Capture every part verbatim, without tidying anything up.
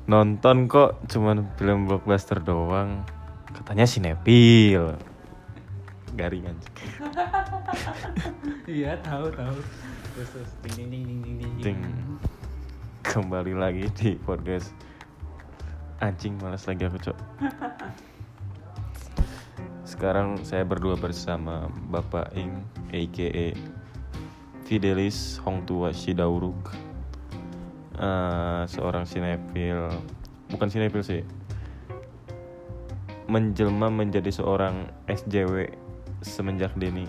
nonton kok cuman film blockbuster doang. Katanya sinetron. Garing anjing. Iya, tahu tahu. Terus terus ding ding ding ding ding ding. Ting. Kembali lagi di podcast. Anjing, malas lagi aku, Cok. Sekarang saya berdua bersama Bapak Ing A K A Fidelis Hongtua Sidauruk, uh, seorang sinetron, bukan sinetron sih, menjelma menjadi seorang S J W semenjak dini.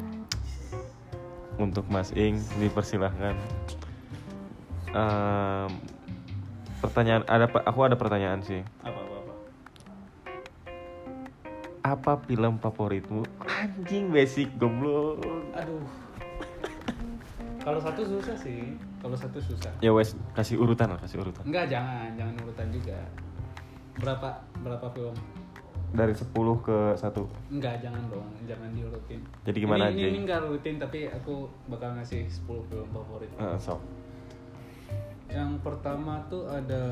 Untuk Mas Ing dipersilahkan. Uh, pertanyaan ada aku ada pertanyaan sih. Apa apa apa. Apa film favoritmu? Anjing, basic goblok. Aduh. Kalau satu susah sih. Kalau satu susah. Ya wes, kasih urutan lah, kasih urutan. Enggak, jangan, jangan urutan juga. Berapa berapa film? Dari sepuluh ke satu. Enggak, jangan dong, jangan diurutin. Jadi gimana ini, aja? Ini, ini enggak rutin, tapi aku bakal ngasih sepuluh film favorit. Uh, so. Yang pertama tuh ada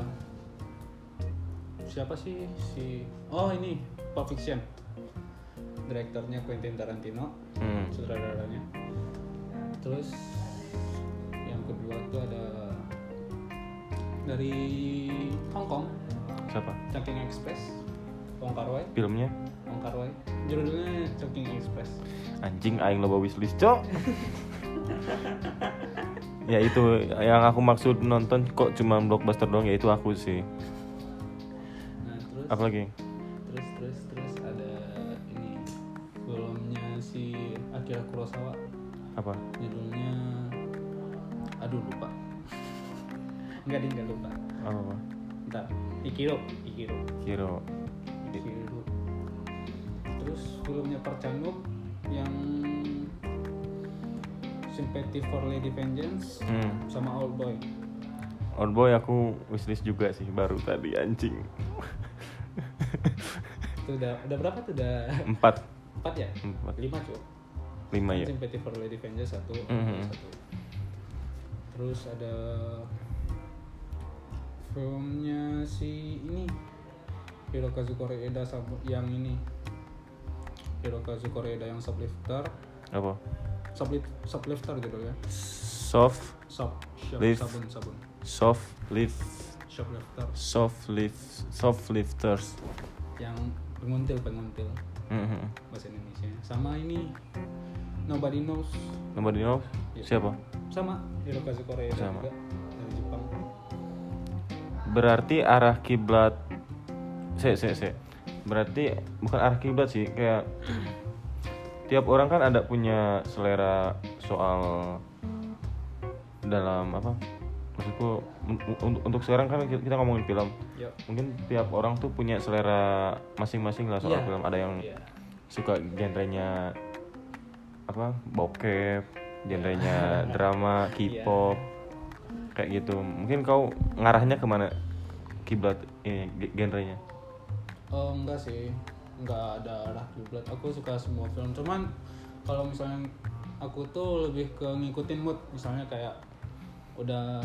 siapa sih si Oh ini Pulp Fiction. Direkturnya Quentin Tarantino, Hmm. sutradaranya. Terus yang kedua tuh ada dari Hong Kong, Siapa? Chungking Express, Wong Kar Wai. Filmnya? Wong Kar Wai. Judulnya Chungking Express. Anjing, aing loba wishlist, Cok. Ya itu yang aku maksud nonton kok cuma blockbuster doang, ya itu aku sih. Nah, terus Apalagi? terus terus terus ada ini filmnya si Akira Kurosawa, Apa? judulnya aduh lupa. Enggak ding, enggak lupa. Apa? Bentar. Ikiro, Ikiro. Kiro. Ikiro. Terus filmnya Park Chan-wook yang Sympathy for Lady Vengeance Hmm. sama Old Boy. Old Boy aku wishlist juga sih, baru tadi anjing. Itu udah udah berapa tuh? Udah Empat. empat ya? Empat. Lima cuy. Lima ya. Sympathy for Lady Vengeance satu, Mhm. satu. Terus ada filmnya si ini Hirokazu Koreeda sama yang ini Hirokazu Koreeda yang Shoplifter. Apa? Shoplift Shoplifter judulnya. Soft Shop, shop Lift. sabun sabun. soft lift Shoplifter soft lift soft lifters. yang penguntil penguntil Mhm. bahasa Indonesia. Sama ini Nobody Knows. Nobody knows? Ya. Siapa? Sama Hirokazu Koreeda Sama. juga dari Jepang. Berarti arah kiblat se se se. Berarti bukan arah kiblat sih, kayak tiap orang kan ada punya selera soal dalam apa? Maksudku un- un- untuk sekarang kan kita ngomongin film. Yuk. Mungkin tiap orang tuh punya selera masing-masing lah soal Iya. film. Ada yang Iya. suka genrenya apa? Bokep, genrenya drama, K-pop. Kayak gitu. Mungkin kau ngarahnya kemana kiblat ini ge- genrenya? Oh enggak sih, enggak ada arah kiblat. Aku suka semua film. Cuman kalau misalnya aku tuh lebih ke ngikutin mood. Misalnya kayak udah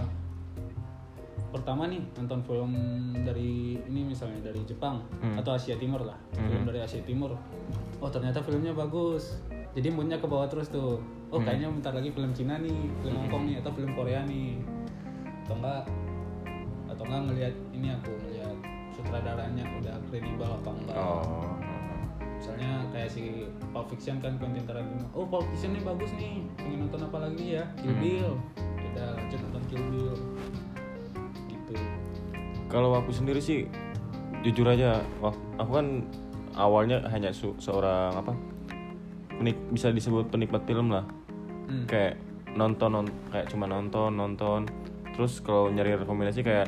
pertama nih nonton film dari ini misalnya dari Jepang Hmm. atau Asia Timur lah, film Hmm. dari Asia Timur. Oh ternyata filmnya bagus. Jadi moodnya ke bawah terus tuh. Oh Hmm. kayaknya bentar lagi film Cina nih, film Hong Kong nih, atau film Korea nih. Atau enggak atau enggak ngelihat ini aku ngelihat sutradaranya udah kredibel apa enggak. Oh. Misalnya kayak si Pulp Fiction kan Quentin Tarantino. Oh Pulp Fiction nih bagus nih. Pengen nonton apa lagi ya? Kill Hmm. Bill. Udah lanjut nonton Kill Bill. Gitu. Kalau aku sendiri sih jujur aja, wah, aku kan awalnya hanya su- seorang apa? Penik, bisa disebut penikmat film lah. Hmm. Kayak nonton non, kayak cuma nonton nonton. Terus kalau nyari rekomendasi kayak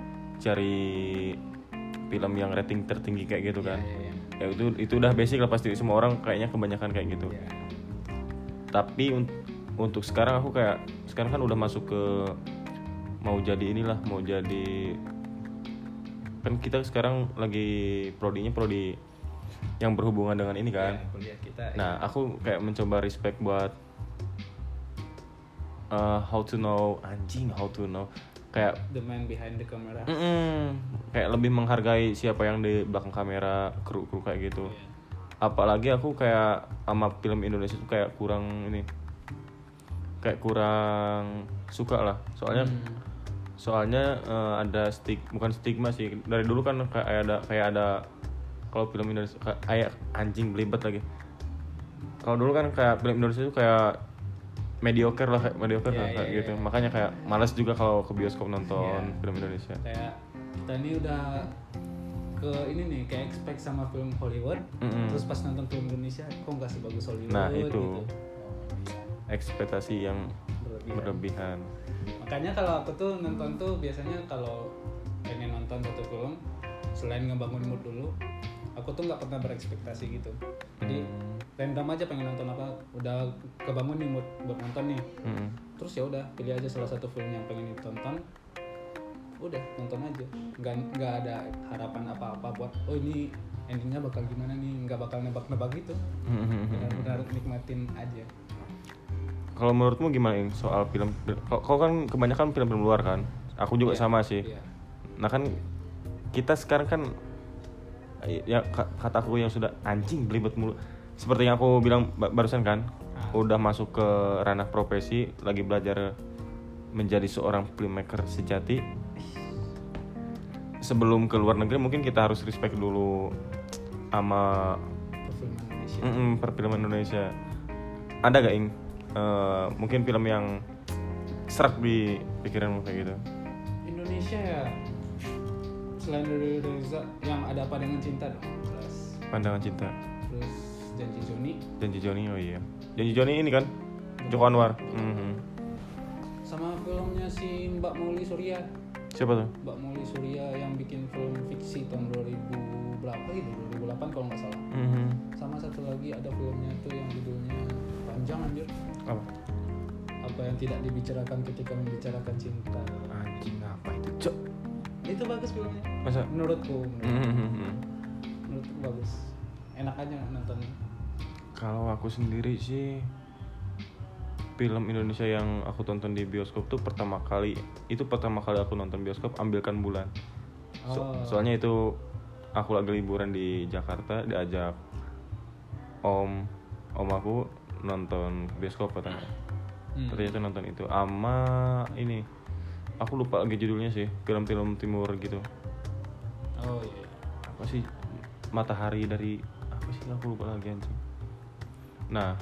cari film yang rating tertinggi kayak gitu kan. Iya, iya, Ya itu itu udah basic lah, pasti semua orang kayaknya kebanyakan kayak gitu. iya. Tapi un- untuk sekarang aku kayak sekarang kan udah masuk ke mau jadi inilah, mau jadi kan kita sekarang lagi prodinya prodi yang berhubungan dengan ini kan. Ya, kuliah kita. Nah, aku kayak mencoba respect buat uh, how to know anjing how to know kayak The man behind the camera. mm-mm, kayak lebih menghargai siapa yang di belakang kamera, kru-kru kayak gitu. Iya. Apalagi aku kayak sama film Indonesia tuh kayak kurang ini, kayak kurang suka lah. Soalnya Hmm. soalnya eh, ada stig bukan stigma sih, dari dulu kan kayak ada kayak ada kalau film Indonesia kayak anjing belibet lagi. Kalau dulu kan kayak film Indonesia itu kayak mediocre lah, kayak mediocre Iya, lah, iya, kayak iya. gitu. Makanya kayak malas juga kalau ke bioskop nonton Iya. film Indonesia. Kayak kita ini udah ke ini nih kayak expect sama film Hollywood, Mm-mm. terus pas nonton film Indonesia kok nggak sebagus Hollywood. Nah, itu. gitu. Ekspektasi yang Berlebihan. berlebihan. Makanya kalau aku tuh nonton tuh biasanya kalau pengen nonton satu film, selain ngebangun mood dulu, aku tuh nggak pernah berekspektasi gitu. Jadi Hmm. random aja pengen nonton apa, udah kebangun nih mood buat nonton nih. Mm-mm. Terus ya udah pilih aja salah satu film yang pengen ditonton, udah nonton aja. Nggak nggak ada harapan apa-apa buat oh ini endingnya bakal gimana nih, nggak bakal nebak-nebak gitu. Benar-benar nikmatin aja. Kalau menurutmu gimana Ing soal film? Kau, kau kan kebanyakan film-film luar kan? Aku juga Iya, sama sih. iya. Nah kan kita sekarang kan ya ka- kataku yang sudah anjing belibet mulu. Seperti yang aku bilang ba- barusan kan, Ah. udah masuk ke ranah profesi, lagi belajar menjadi seorang filmmaker sejati. Sebelum ke luar negeri mungkin kita harus respect dulu sama Perfilman Indonesia. mm-mm, perfilman Indonesia. Ada gak Ing? Eh, mungkin film yang serak di pikiranmu kayak gitu? Indonesia ya, selain dari Reza yang ada apa dengan cinta dong, jelas. Pandangan cinta. Terus Janji Joni, Janji Joni, oh iya. Janji Joni ini kan Joko Anwar. Mhm. sama filmnya si Mbak Mauli Surya. Siapa tuh? Mbak Mauli Surya yang bikin film fiksi tahun dua ribu berapa gitu, dua ribu delapan kalau nggak salah. Mhm. Sama satu lagi ada filmnya tuh yang judulnya panjang anjir. Apa? Apa yang tidak dibicarakan ketika membicarakan cinta. Anjing apa itu? Cok. Itu bagus filmnya. Masa? Menurutku, menurutku, Mhm. menurutku bagus. Enak aja nontonnya. Kalau aku sendiri sih film Indonesia yang aku tonton di bioskop tuh pertama kali itu pertama kali aku nonton bioskop Ambilkan Bulan. So- Oh. soalnya itu aku lagi liburan di Jakarta, diajak om om aku nonton bioskop katanya. Hmm. Ternyata nonton itu ama ini aku lupa lagi judulnya sih, film-film timur gitu. Oh iya. Apa sih, Matahari dari apa sih, aku lupa lagi anjing. Nah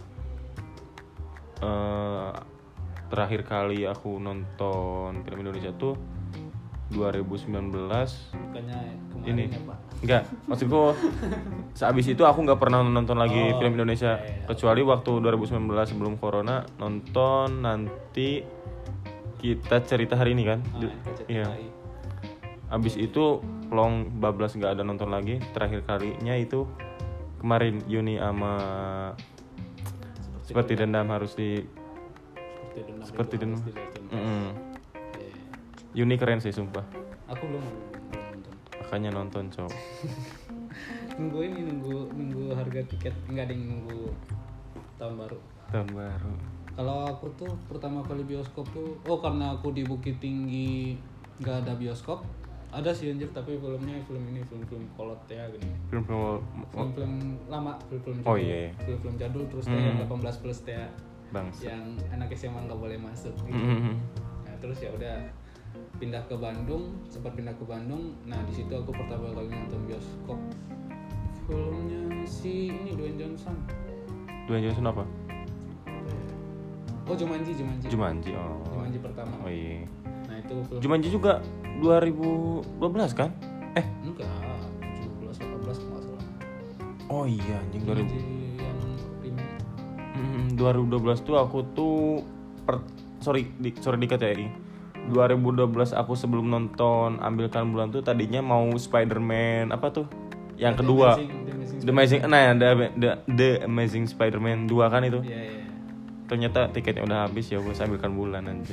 eh, terakhir kali aku nonton film Indonesia tuh dua ribu sembilan belas. Bukannya kemarin Ini ya Pak? enggak, maksudku sehabis itu aku nggak pernah nonton lagi Oh, film Indonesia, iya, iya. kecuali waktu dua ribu sembilan belas sebelum corona nonton nanti kita cerita hari ini kan. Ah, Di- K C T I. iya. Abis itu long bablas nggak ada nonton lagi. Terakhir kalinya itu kemarin Yuni sama seperti dendam harus di Seperti dendam. seperti itu dendam. harus dilihatin. Mm-mm. Iya. Yuni keren sih sumpah, Aku belum belum belum nonton. makanya nonton cowok. Nunggu ini nunggu nunggu harga tiket enggak ada yang nunggu tahun baru. Tahun baru. Kalau aku tuh pertama kali bioskop tuh oh karena aku di Bukit Tinggi nggak ada bioskop. Ada sih anjir tapi filmnya film ini film-film kolot ya gini. Film-film Film-film lama, film-film jadul. Oh, iya, iya. Film-film jadul terus Hmm. yang delapan belas plus ya. bangsa. Yang anak S M A nggak boleh masuk gitu. Mm-mm. Nah, terus ya udah pindah ke Bandung, sempat pindah ke Bandung. Nah, di situ aku pertama kali nonton bioskop. Filmnya si ini Dwayne Johnson. Dwayne Johnson apa? Oh, Jumanji, Jumanji. Jumanji. Oh. Jumanji pertama. Oh iya. Nah, itu film Jumanji juga dua ribu dua belas kan? Eh, enggak, tujuh belas delapan belas kalau nggak salah. oh iya anjing dua ribu. Jumanji yang remake. Mm, dua ribu dua belas tuh aku tuh per, sorry di, sorry dikit ya ini. dua ribu dua belas aku sebelum nonton Ambilkan Bulan tuh tadinya mau Spider-Man apa tuh? Yang The kedua. Amazing- The Amazing The Amazing nah the, the, the Amazing Spider-Man dua kan itu. Iya, iya. Ternyata tiketnya udah habis ya gue Ambilkan Bulan anjing.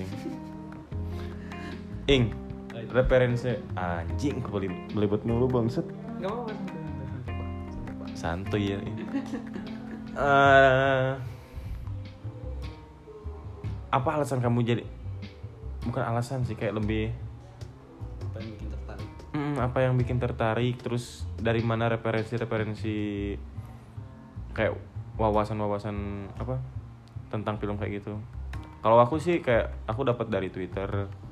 Ing, referensi anjing kebeli belibet mulu bangset. Enggak apa-apa, santai, santai, santai, Pak. Santai, Pak. Santuy ya. Eh, apa alasan kamu jadi bukan alasan sih kayak lebih hmm, apa yang bikin tertarik, terus dari mana referensi-referensi kayak wawasan-wawasan apa tentang film kayak gitu. Kalau aku sih kayak aku dapat dari Twitter,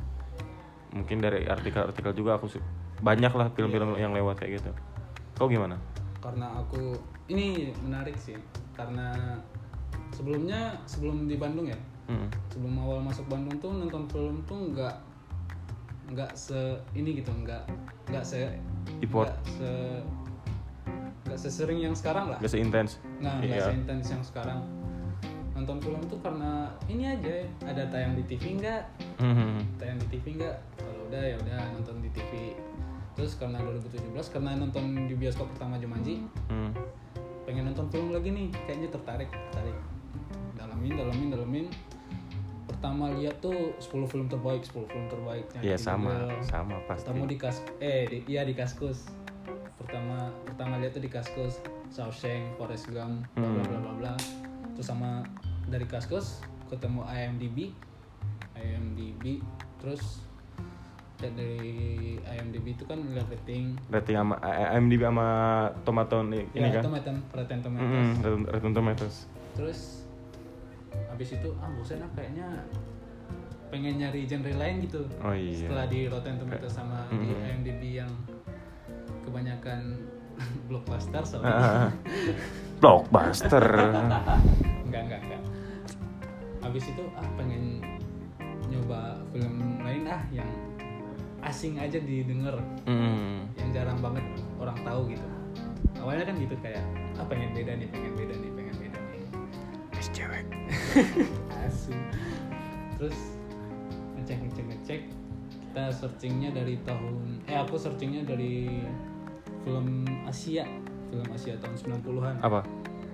mungkin dari artikel-artikel juga aku su- banyak lah film-film yang lewat kayak gitu. Kau gimana? Karena aku ini menarik sih, karena sebelumnya sebelum di Bandung ya, Mm-mm. sebelum awal masuk Bandung tuh nonton film tuh nggak nggak se ini gitu, nggak nggak se Effort. nggak se nggak sesering yang sekarang lah. Gak seintens. Nah, nggak Iya. seintens yang sekarang. Nonton film tuh karena ini aja, ada tayang di T V nggak, Mhm. tayang di T V nggak. Kalau udah ya udah nonton di T V. Terus karena dua ribu tujuh belas karena nonton di bioskop pertama Jumanji, Hmm. pengen nonton film lagi nih, kayaknya tertarik, tertarik. Dalamin, dalamin, dalamin. Pertama lihat tuh sepuluh film terbaik, sepuluh film terbaik. nyari Iya di sama, Google. sama pasti. Ketemu di kas eh di, iya di Kaskus. Pertama pertama lihat tuh di Kaskus, Shawshank, Forrest Gump, bla bla bla bla bla. Terus sama dari Kaskus ketemu I M D B. I M D B terus lihat dari I M D B itu kan lihat rating. Rating sama I M D B sama Tomato ini, ini Ya, kan? Rotten Rotten Tomatoes. Mm-mm, Rotten- Rotten Tomatoes. Terus habis itu ah bosan ah kayaknya pengen nyari genre lain gitu. Oh iya. Setelah di Rotten Tomatoes sama di Mhm. I M D B yang kebanyakan blockbuster so. Ah, blockbuster. enggak enggak enggak. Habis itu ah pengen nyoba film lain ah yang asing aja didengar, Mm. yang jarang banget orang tahu gitu. Awalnya kan gitu kayak ah pengen beda nih, pengen beda nih, pengen beda nih. Es cewek. Asu. Terus ngecek ngecek ngecek kita searchingnya dari tahun eh aku searchingnya dari film Asia film Asia tahun sembilan puluhan. Apa?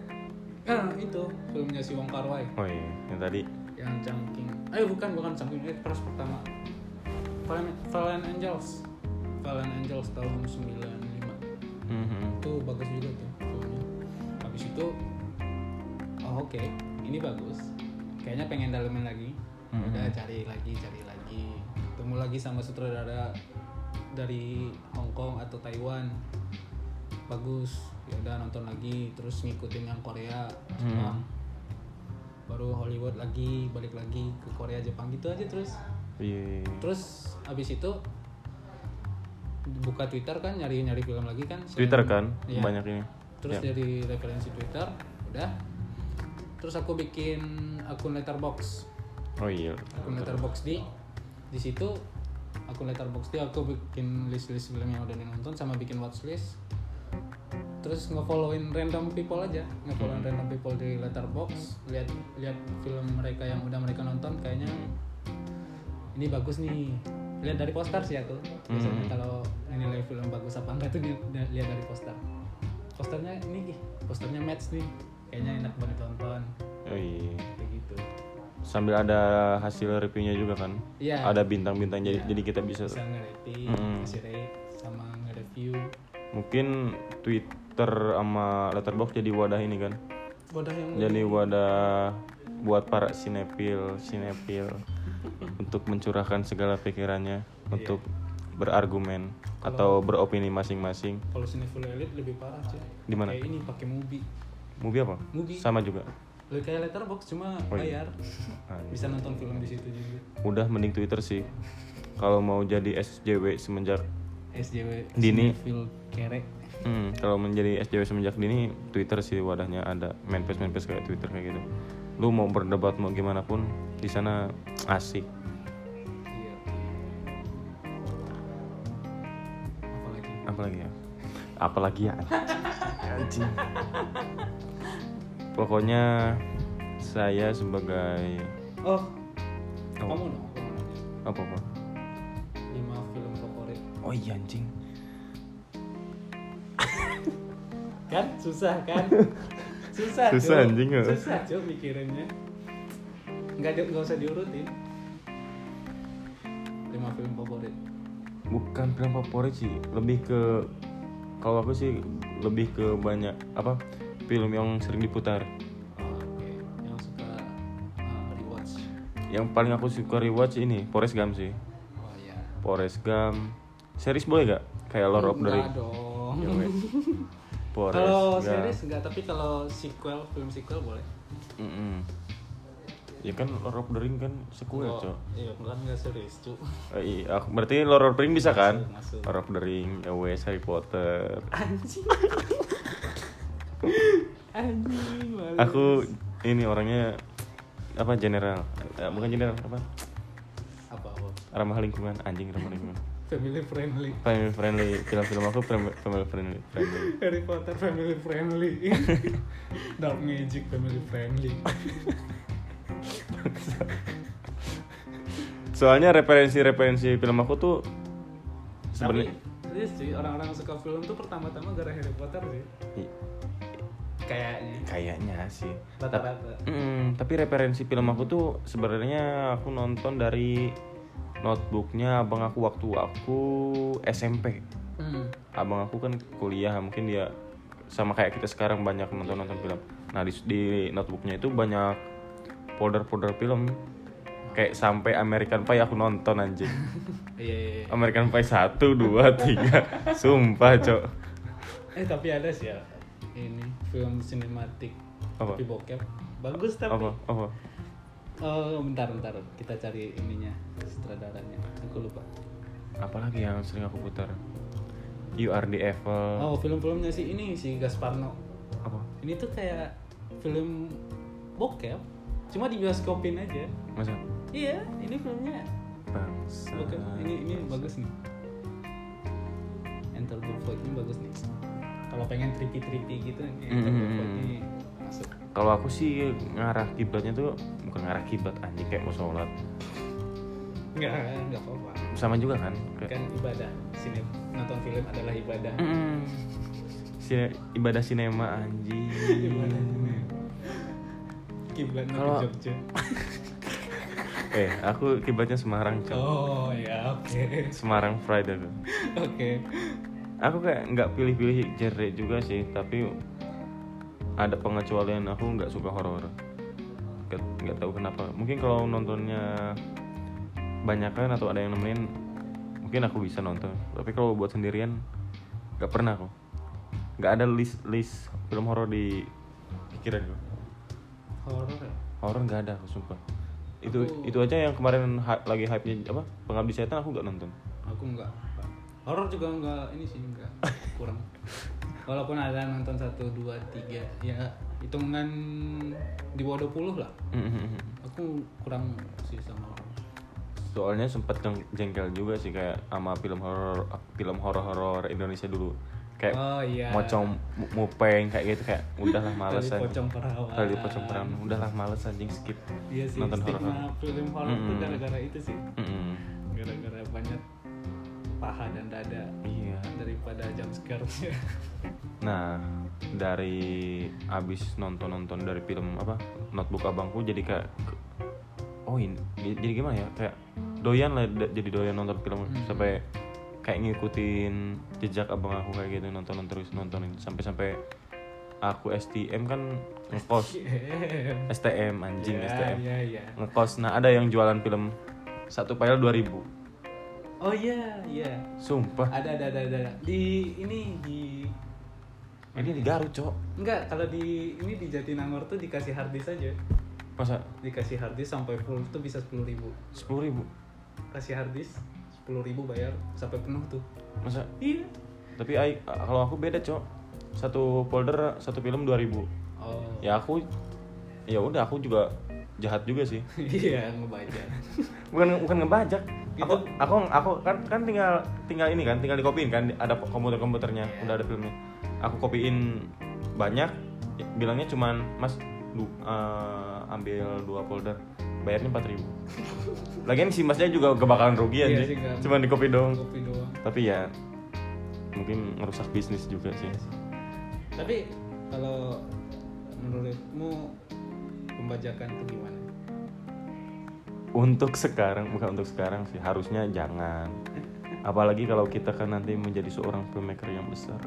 Ah itu filmnya si Wong Kar-wai Oh iya, yang tadi. yang Chungking eh bukan bukan Chungking eh Crash pertama Fallen, Fallen Angels Fallen Angels tahun sembilan puluh lima. Mhm. Itu bagus juga tuh filmnya. Habis itu oh oke ini bagus, kayaknya pengen dalemin lagi. Mhm. Udah cari lagi cari lagi ketemu lagi sama sutradara dari Hong Kong atau Taiwan, bagus ya udah nonton lagi. Terus ngikutin yang Korea Jepang, baru Hollywood lagi, balik lagi ke Korea Jepang gitu aja terus. Iya. Terus abis itu buka Twitter kan, nyari-nyari film lagi kan. Twitter kan Iya. banyak ini. Terus Ya. dari referensi Twitter, udah. Terus aku bikin akun Letterboxd. Oh iya. Akun Letterboxd di di situ akun Letterboxd di aku bikin list-list film yang udah nonton sama bikin watchlist. Terus nge-followin random people aja, nge-followin random people di Letterboxd, lihat lihat film mereka yang udah mereka nonton kayaknya ini bagus nih. Lihat dari poster sih aku. Biasanya Hmm. kalau nilai film bagus apa enggak tuh di- di- lihat dari poster. Posternya ini, posternya match nih. Kayaknya enak banget tonton. Oh iya. Kayak gitu. Sambil ada hasil reviewnya juga kan? Iya. Ada bintang-bintang jadi Iya. jadi kita bisa Bisa nge-rating, Mm. kasih rate sama nge-review. mungkin Twitter sama Letterboxd jadi wadah ini kan? Wadah yang Jadi lebih- wadah buat para sinepil, sinepil untuk mencurahkan segala pikirannya, untuk berargumen atau beropini masing-masing. kalau Cinefil Elite lebih parah sih. Di mana? Kayak ini pakai Mubi. Movie apa? Movie. Sama juga. Lebih kayak Letterboxd cuma Oh iya. bayar. Ah, iya. Bisa nonton film di situ juga. Udah mending Twitter sih. Kalau mau jadi S J W semenjak S J W Dini. Cinefil Kerek. Hmm, kalau menjadi S J W semenjak dini Twitter sih wadahnya, ada manpage-manpage kayak Twitter kayak gitu. Lu mau berdebat mau gimana pun di sana asik. Iya. Apalagi? Apalagi ya? Apalagi ya? Anjing. Pokoknya saya sebagai Oh, Oh. kamu dong. Aku mau nanya. apa apa? Lima film favorit. Oh iya anjing. Kan susah kan? Susah. Susah, Cuk. anjing, ya. Susah cuy mikirinnya. Enggak di, enggak usah diurutin. Lima film favorit. Bukan film favorit sih, lebih ke kalau aku sih lebih ke banyak apa film yang sering diputar. Oh, oke. Yang suka uh, rewatch. Yang paling aku suka rewatch ini Forrest Gump sih. Oh iya. Forrest Gump. Series boleh gak? kayak Lord of the Rings. Enggak dong. Ya, weh. Forest Kalau Gump. series enggak, tapi kalau sequel, film sequel boleh. Mm-mm. Ya kan Lord of the Rings kan sequel, Oh, Cok. iya, kan enggak series, Cuk. Eh, iya, aku- berarti Lord of the Rings bisa kan? Masuk, masuk. Lord of the Rings, A W S, Harry Potter. Anjing. Anjing. males. Aku ini orangnya apa general? Eh, bukan general apa? apa apa? Ramah lingkungan, anjing ramah lingkungan. Family friendly. Family friendly, film-film aku fam- family friendly. friendly. Harry Potter family friendly. Dark Magic family friendly. Soalnya referensi-referensi film aku tuh sebenarnya Tapi serius sih, orang-orang suka film tuh pertama-tama gara Harry Potter sih. i- Kayaknya. kayaknya sih. Rata-rata. Mm, tapi referensi film aku tuh sebenarnya aku nonton dari notebooknya abang aku waktu aku S M P. Hmm. Abang aku kan kuliah, mungkin dia sama kayak kita sekarang banyak nonton-nonton film. Nah di, di notebooknya itu banyak folder-folder film. Kayak sampai American Pie aku nonton anjing. Iya, iya, iya. American Pie satu, dua, tiga. Sumpah, Cok. Eh tapi ada sih ya ini film sinematik Apa? tapi bokep. Bagus tapi. Apa? Apa? Oh, bentar bentar kita cari ininya sutradaranya. Aku lupa. Apalagi yang sering aku putar? You Are the Evil. Oh, film-filmnya sih ini si Gasparno. Apa? Ini tuh kayak film bokep, cuma di bioskopin aja. Masa? Iya, ini filmnya Bangsa. bokep. Ini ini bagus nih. Enter the Void ini bagus nih. Kalau pengen trippy-trippy gitu, ini Enter the Void ini masuk. Kalau aku sih ngarah kiblatnya tuh bukan ngarah kiblat anjing kayak mau sholat. Enggak, enggak apa-apa. Sama juga kan? Kayak Kan ibadah. Sini nonton film adalah ibadah. Mm. Sine- ibadah sinema anjing. Ibadah. Kiblatnya ke Kalau- Jogja. eh, aku kiblatnya Semarang, Cok. Oh, ya oke. Semarang Friday tuh. Oke. Aku kayak nggak pilih-pilih genre juga sih, tapi ada pengecualian, aku nggak suka horor. Nggak nggak tahu kenapa. Mungkin kalau nontonnya banyak kan atau ada yang nemenin, mungkin aku bisa nonton. Tapi kalau buat sendirian, nggak pernah aku. Nggak ada list list film horor di pikiran gue. Horor ya? Horor nggak ada, aku sumpah. Itu Aku- itu aja yang kemarin hy- lagi hype-nya apa? Pengabdi Setan aku nggak nonton. Aku enggak. Horor juga enggak ini sih enggak kurang. Walaupun ada nonton satu, dua, tiga, ya hitungan di bawah dua puluh lah. Aku kurang sih sama horor. Soalnya sempat jeng- jengkel juga sih kayak sama film horor film horor-horor Indonesia dulu. Kayak Oh iya. Mocong Mu- Mupeng kayak gitu, kayak udahlah males Kali aja. Pocong Perawan. Kali Pocong Perawan, udahlah males anjing skip. Iya sih, nonton stigma horor. film horor tuh Mm-mm. gara-gara itu sih. Mm-mm. Gara-gara banyak paha dan dada Iya. daripada jump scare-nya. Nah, dari abis nonton-nonton dari film apa Notebook abangku jadi kayak oh ini jadi gimana ya, kayak doyan lah da- jadi doyan nonton film Hmm. sampai kayak ngikutin jejak abang aku kayak gitu, nonton terus nontonin sampai-sampai aku S T M kan ngekos. S T M anjing, Ya, S T M ya, ya. ngekos. Nah ada yang jualan film satu file dua ribu. Oh iya, iya. Sumpah Ada, ada, ada, ada. Di ini di ini di Garut, Cok. enggak, kalau di ini di Jatinangor tuh dikasih harddisk aja. Masa Dikasih harddisk sampai full tuh bisa sepuluh ribu. sepuluh ribu? Kasih harddisk sepuluh ribu bayar sampai penuh tuh. Masa? Iya. Tapi ai- kalau aku beda, Cok. Satu folder satu film dua ribu. Oh. Ya aku ya udah aku juga jahat juga sih. Iya, ngebaca. Bukan bukan ngebajak. Gitu. Aku aku aku kan kan tinggal tinggal ini kan, tinggal dikopiin kan, ada komputer-komputernya, Iya. udah ada filmnya. Aku kopiin banyak, bilangnya cuman Mas du, eh, ambil dua folder, bayarnya empat ribu. Lagian si Masnya juga gak bakalan rugi Iya aja, sih, nggak- cuman dikopi doang. Kopi doang. Tapi ya mungkin ngerusak bisnis juga sih. Tapi kalau menurutmu pembajakan itu gimana? Untuk sekarang, bukan untuk sekarang sih, harusnya jangan. Apalagi kalau kita kan nanti menjadi seorang filmmaker yang besar,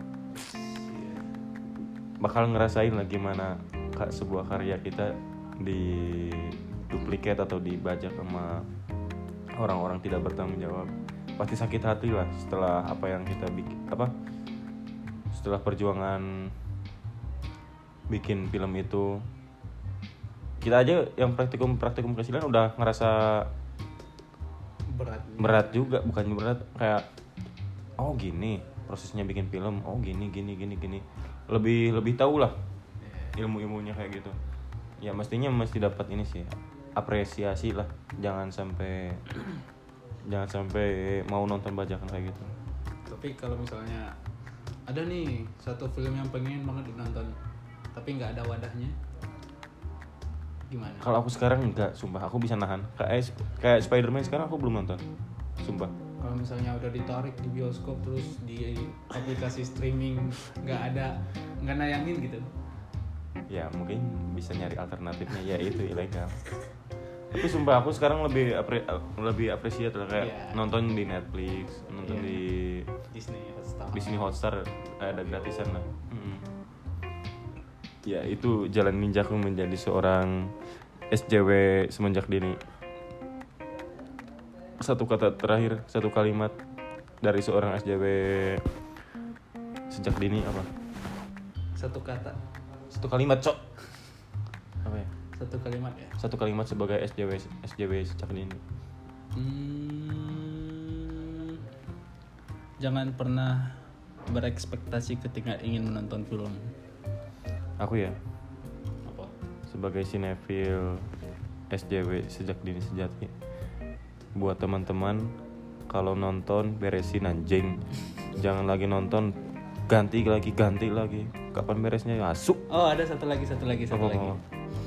bakal ngerasain lah gimana kak sebuah karya kita di duplikat atau dibajak sama orang-orang tidak bertanggung jawab. pasti sakit hati lah setelah apa yang kita bikin apa setelah perjuangan bikin film itu. Kita aja yang praktikum praktikum presiden udah ngerasa berat berat juga, bukan berat kayak oh gini prosesnya bikin film, oh gini gini gini gini lebih lebih tahu lah ilmu-ilmunya kayak gitu ya. Mestinya mesti dapat ini sih apresiasi lah, jangan sampai jangan sampai mau nonton bajakan kayak gitu. Tapi kalau misalnya ada nih satu film yang pengen banget ditonton tapi nggak ada wadahnya, gimana? Kalau aku sekarang enggak, sumpah aku bisa nahan. Kayak kayak Spider-Man sekarang aku belum nonton, sumpah. Kalau misalnya udah ditarik di bioskop terus di aplikasi streaming nggak ada, nggak nayangin gitu. Ya mungkin bisa nyari alternatifnya, ya itu ilegal. Tapi sumpah aku sekarang lebih apre, lebih apresiat lah kayak Yeah. nonton di Netflix, nonton Yeah. di Disney Hotstar. Disney Hotstar ada gratisan lah. Mm. Ya itu jalan ninjaku menjadi seorang S J W semenjak dini. Satu kata terakhir, satu kalimat dari seorang S J W sejak dini apa? Satu kata, Satu kalimat, cok. Apa ya? satu kalimat ya. Satu kalimat sebagai S J W S J W sejak dini. Hmm, jangan pernah berekspektasi ketika ingin menonton film. Aku ya, Apa? sebagai sinefil S J W sejak dini sejati. Buat teman-teman, kalau nonton beresin anjing. Jangan lagi nonton ganti lagi ganti lagi. Kapan beresnya? Masuk. Oh, ada satu lagi, satu lagi, satu Apa, lagi. apa?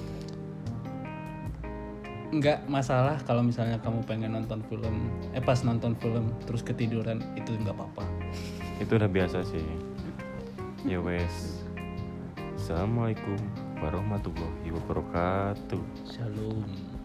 Nggak masalah kalau misalnya kamu pengen nonton film, eh pas nonton film terus ketiduran, itu nggak apa-apa. Itu udah biasa sih. Ya wes. Assalamualaikum warahmatullahi wabarakatuh. Shalom.